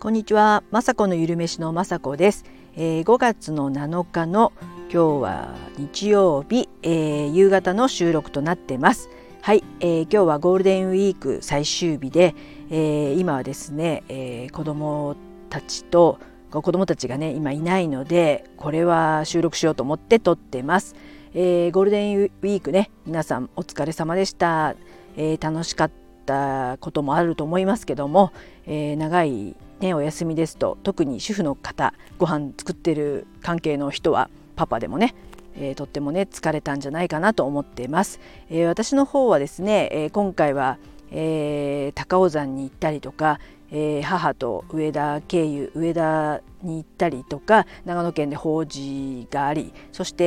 こんにちは、まさこのゆるめしのまさこです。5月の7日の今日は日曜日、夕方の収録となってます。はい、今日はゴールデンウィーク最終日で、今はですね、子どもたちがね今いないので、これは収録しようと思って撮ってます。ゴールデンウィークね、皆さんお疲れ様でした。楽しかったこともあると思いますけども、長いね、お休みですと、特に主婦の方、ご飯作ってる関係の人はパパでもね、とってもね疲れたんじゃないかなと思っています。私の方はですね、今回は、高尾山に行ったりとか、母と上田に行ったりとか、長野県で法事があり、そして、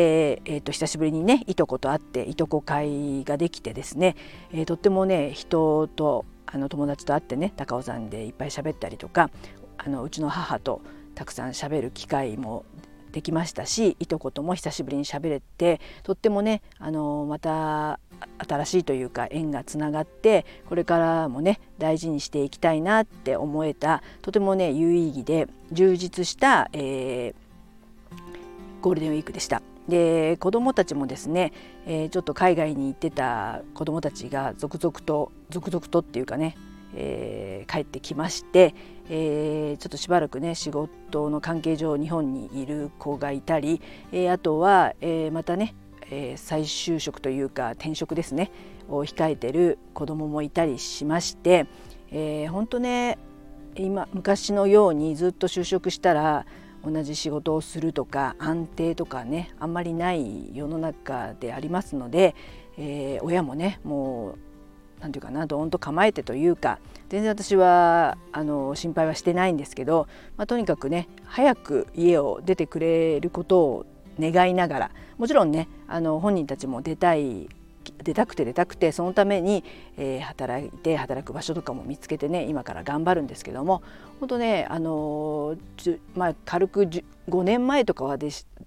久しぶりにねいとこと会っていとこ会ができてですね、とってもね人と友達と会ってね、高尾山でいっぱい喋ったりとか、うちの母とたくさん喋る機会もできましたし、いとことも久しぶりに喋れて、とってもねまた新しいというか縁がつながって、これからもね大事にしていきたいなって思えた、とてもね有意義で充実した、ゴールデンウィークでした。で、子どもたちもですね、ちょっと海外に行ってた子どもたちが続々とっていうかね、帰ってきまして、ちょっとしばらくね仕事の関係上日本にいる子がいたり、あとは、またね、再就職というか転職ですねを控えてる子どももいたりしまして、本当ね昔のようにずっと就職したら同じ仕事をするとか安定とかねあんまりない世の中でありますので、親もねもうなんていうかな、どーんと構えてというか、全然私は心配はしてないんですけど、とにかくね早く家を出てくれることを願いながら、もちろんね本人たちも出たくてそのために、働く場所とかも見つけてね今から頑張るんですけども、本当ね軽く5年前とかは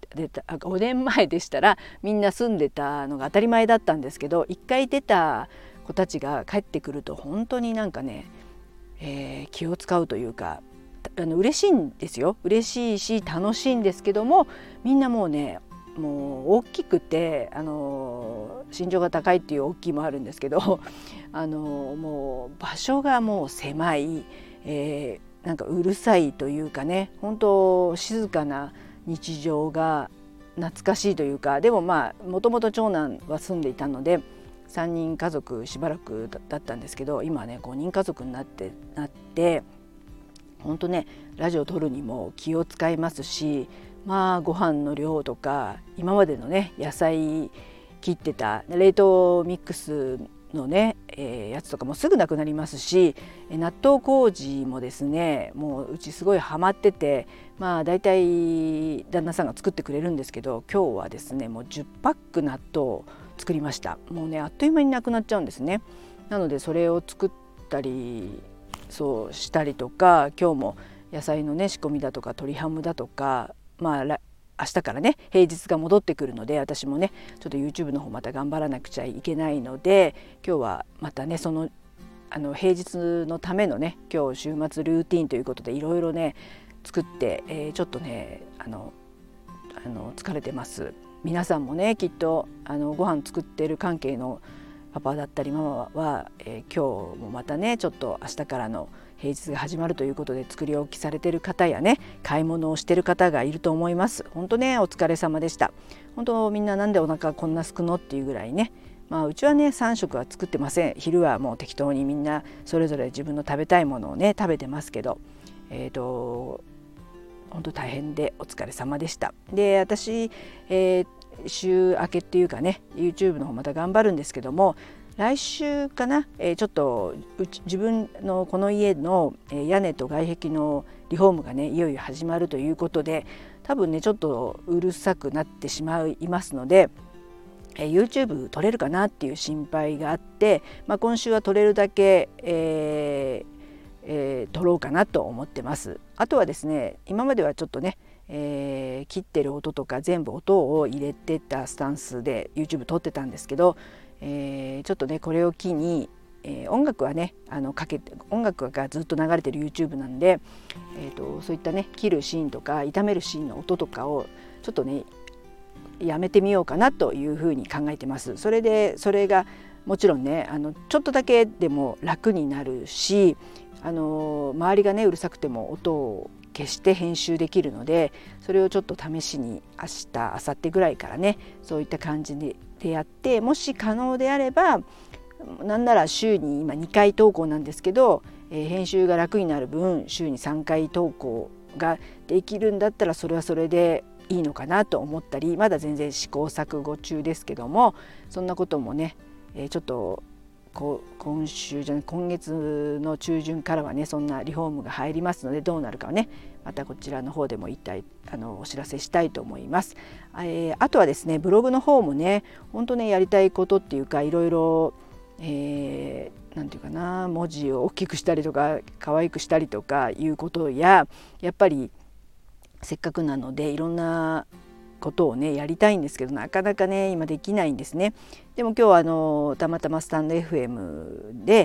5年前でしたらみんな住んでたのが当たり前だったんですけど、一回出た子たちが帰ってくると本当になんかね、気を使うというか、嬉しいんですよ。嬉しいし楽しいんですけども、みんなもうねもう大きくて身長が高いっていう大きいもあるんですけどもう場所がもう狭い、なんかうるさいというかね、本当静かな日常が懐かしいというか、でももともと長男は住んでいたので3人家族しばらくだったんですけど、今ね5人家族になって本当ねラジオ撮るにも気を使いますし、ご飯の量とか今までのね野菜切ってた冷凍ミックスのね、やつとかもすぐなくなりますし、納豆麹もですねもううちすごいハマってて、だいたい旦那さんが作ってくれるんですけど、今日はですねもう10パック納豆を作りました。もうねあっという間になくなっちゃうんですね。なのでそれを作ったりそうしたりとか、今日も野菜のね仕込みだとか鶏ハムだとか、明日からね平日が戻ってくるので、私もねちょっと YouTube の方また頑張らなくちゃいけないので、今日はまたねその平日のためのね今日週末ルーティンということでいろいろね作って、ちょっとね疲れてます。皆さんもねきっとご飯作ってる関係のパパだったりママは、今日もまたねちょっと明日からの平日が始まるということで作り置きされている方やね買い物をしている方がいると思います。本当ねお疲れ様でした。本当みんななんでお腹こんなすくのっていうぐらいね、うちはね3食は作ってません。昼はもう適当にみんなそれぞれ自分の食べたいものをね食べてますけど、本当大変でお疲れ様でした。で私、週明けっていうかね YouTube の方また頑張るんですけども、来週かな、ちょっと自分のこの家の屋根と外壁のリフォームがねいよいよ始まるということで、多分ねちょっとうるさくなってしまいますので、YouTube 撮れるかなっていう心配があって、今週は撮れるだけ、撮ろうかなと思ってます。あとはですね今まではちょっとね、切ってる音とか全部音を入れてたスタンスで YouTube 撮ってたんですけど、ちょっとねこれを機に音楽はね音楽がずっと流れてる YouTube なんで、そういったね切るシーンとか炒めるシーンの音とかをちょっとねやめてみようかなというふうに考えてます。それがもちろんねちょっとだけでも楽になるし、周りがねうるさくても音を消して編集できるので、それをちょっと試しに明日明後日ぐらいからねそういった感じでやって、もし可能であればなんなら週に今2回投稿なんですけど、編集が楽になる分週に3回投稿ができるんだったらそれはそれでいいのかなと思ったり、まだ全然試行錯誤中ですけども、そんなこともね、ちょっと今月の中旬からはねそんなリフォームが入りますので、どうなるかはねまたこちらの方でもお知らせしたいと思います。あとはですねブログの方もね本当ねやりたいことっていうかいろいろなんていうかな、文字を大きくしたりとか可愛くしたりとかいうことや、やっぱりせっかくなのでいろんなことをねやりたいんですけど、なかなかね今できないんですね。でも今日はたまたまスタンド FM で、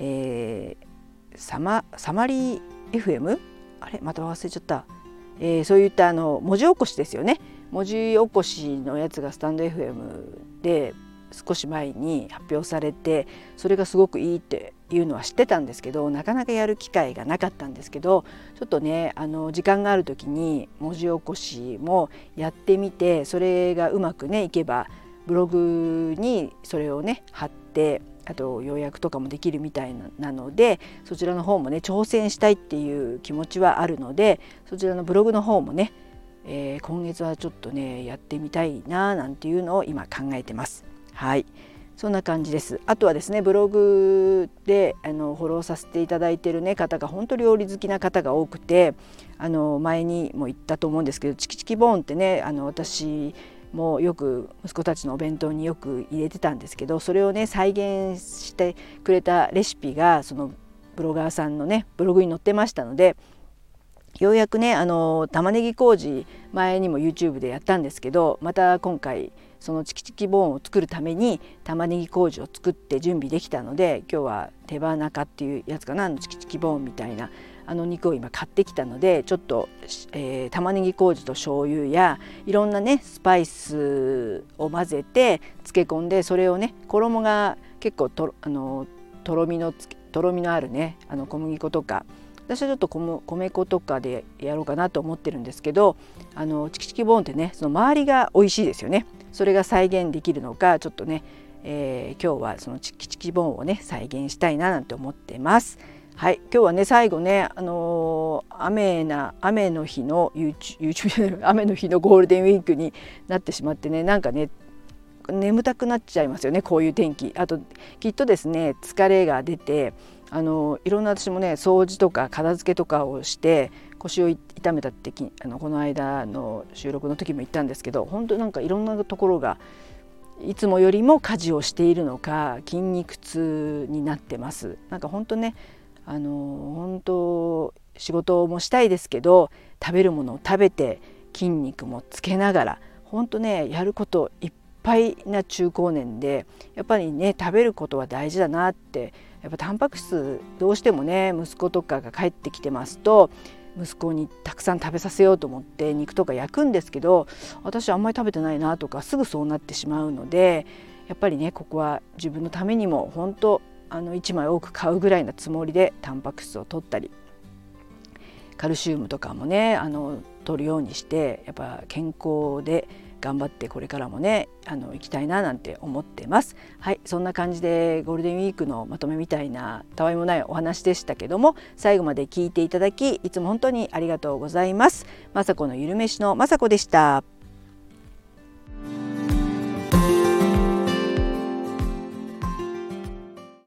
サマリー FM また忘れちゃった、そういった文字起こしですよね。文字起こしのやつがスタンド FM で少し前に発表されて、それがすごくいいっていうのは知ってたんですけど、なかなかやる機会がなかったんですけど、ちょっとね時間がある時に文字起こしもやってみて、それがうまくねいけばブログにそれをね貼って、あと要約とかもできるみたいなので、そちらの方もね挑戦したいっていう気持ちはあるので、そちらのブログの方もね、今月はちょっとねやってみたいななんていうのを今考えてます。はい、そんな感じです。あとはですねブログでフォローさせていただいている、ね、方が本当料理好きな方が多くて、前にも言ったと思うんですけど、チキチキボーンってね私もよく息子たちのお弁当によく入れてたんですけど、それをね再現してくれたレシピがそのブロガーさんのねブログに載ってましたので、ようやくね玉ねぎ麹前にも YouTube でやったんですけど、また今回そのチキチキボーンを作るために玉ねぎ麹を作って準備できたので、今日は手羽中っていうやつかな、チキチキボーンみたいな肉を今買ってきたので、ちょっと、玉ねぎ麹と醤油やいろんなねスパイスを混ぜて漬け込んで、それをね衣が結構とろみのあるね小麦粉とか、私はちょっと米粉とかでやろうかなと思ってるんですけど、チキチキボーンってねその周りが美味しいですよね。それが再現できるのかちょっとね、今日はそのチキチキボーンをね再現したいななんて思ってます。はい、今日はね最後ね、雨の日の YouTube 雨の日のゴールデンウィークになってしまってね、なんかね眠たくなっちゃいますよね、こういう天気。あときっとですね疲れが出ていろんな私もね掃除とか片付けとかをして腰を痛めたってこの間の収録の時も言ったんですけど、本当なんかいろんなところがいつもよりも家事をしているのか筋肉痛になってます。なんか本当ね本当仕事もしたいですけど、食べるものを食べて筋肉もつけながら本当ねやることいっぱいな中高年で、やっぱりね食べることは大事だなって。やっぱタンパク質どうしてもね息子とかが帰ってきてますと、息子にたくさん食べさせようと思って肉とか焼くんですけど、私あんまり食べてないなとかすぐそうなってしまうので、やっぱりねここは自分のためにも本当1枚多く買うぐらいなつもりでタンパク質を取ったり、カルシウムとかもね取るようにして、やっぱ健康で頑張ってこれからもね行きたいななんて思ってます。はい、そんな感じでゴールデンウィークのまとめみたいなたわいもないお話でしたけども、最後まで聞いていただきいつも本当にありがとうございます。まさこのゆるめしのまさこでした。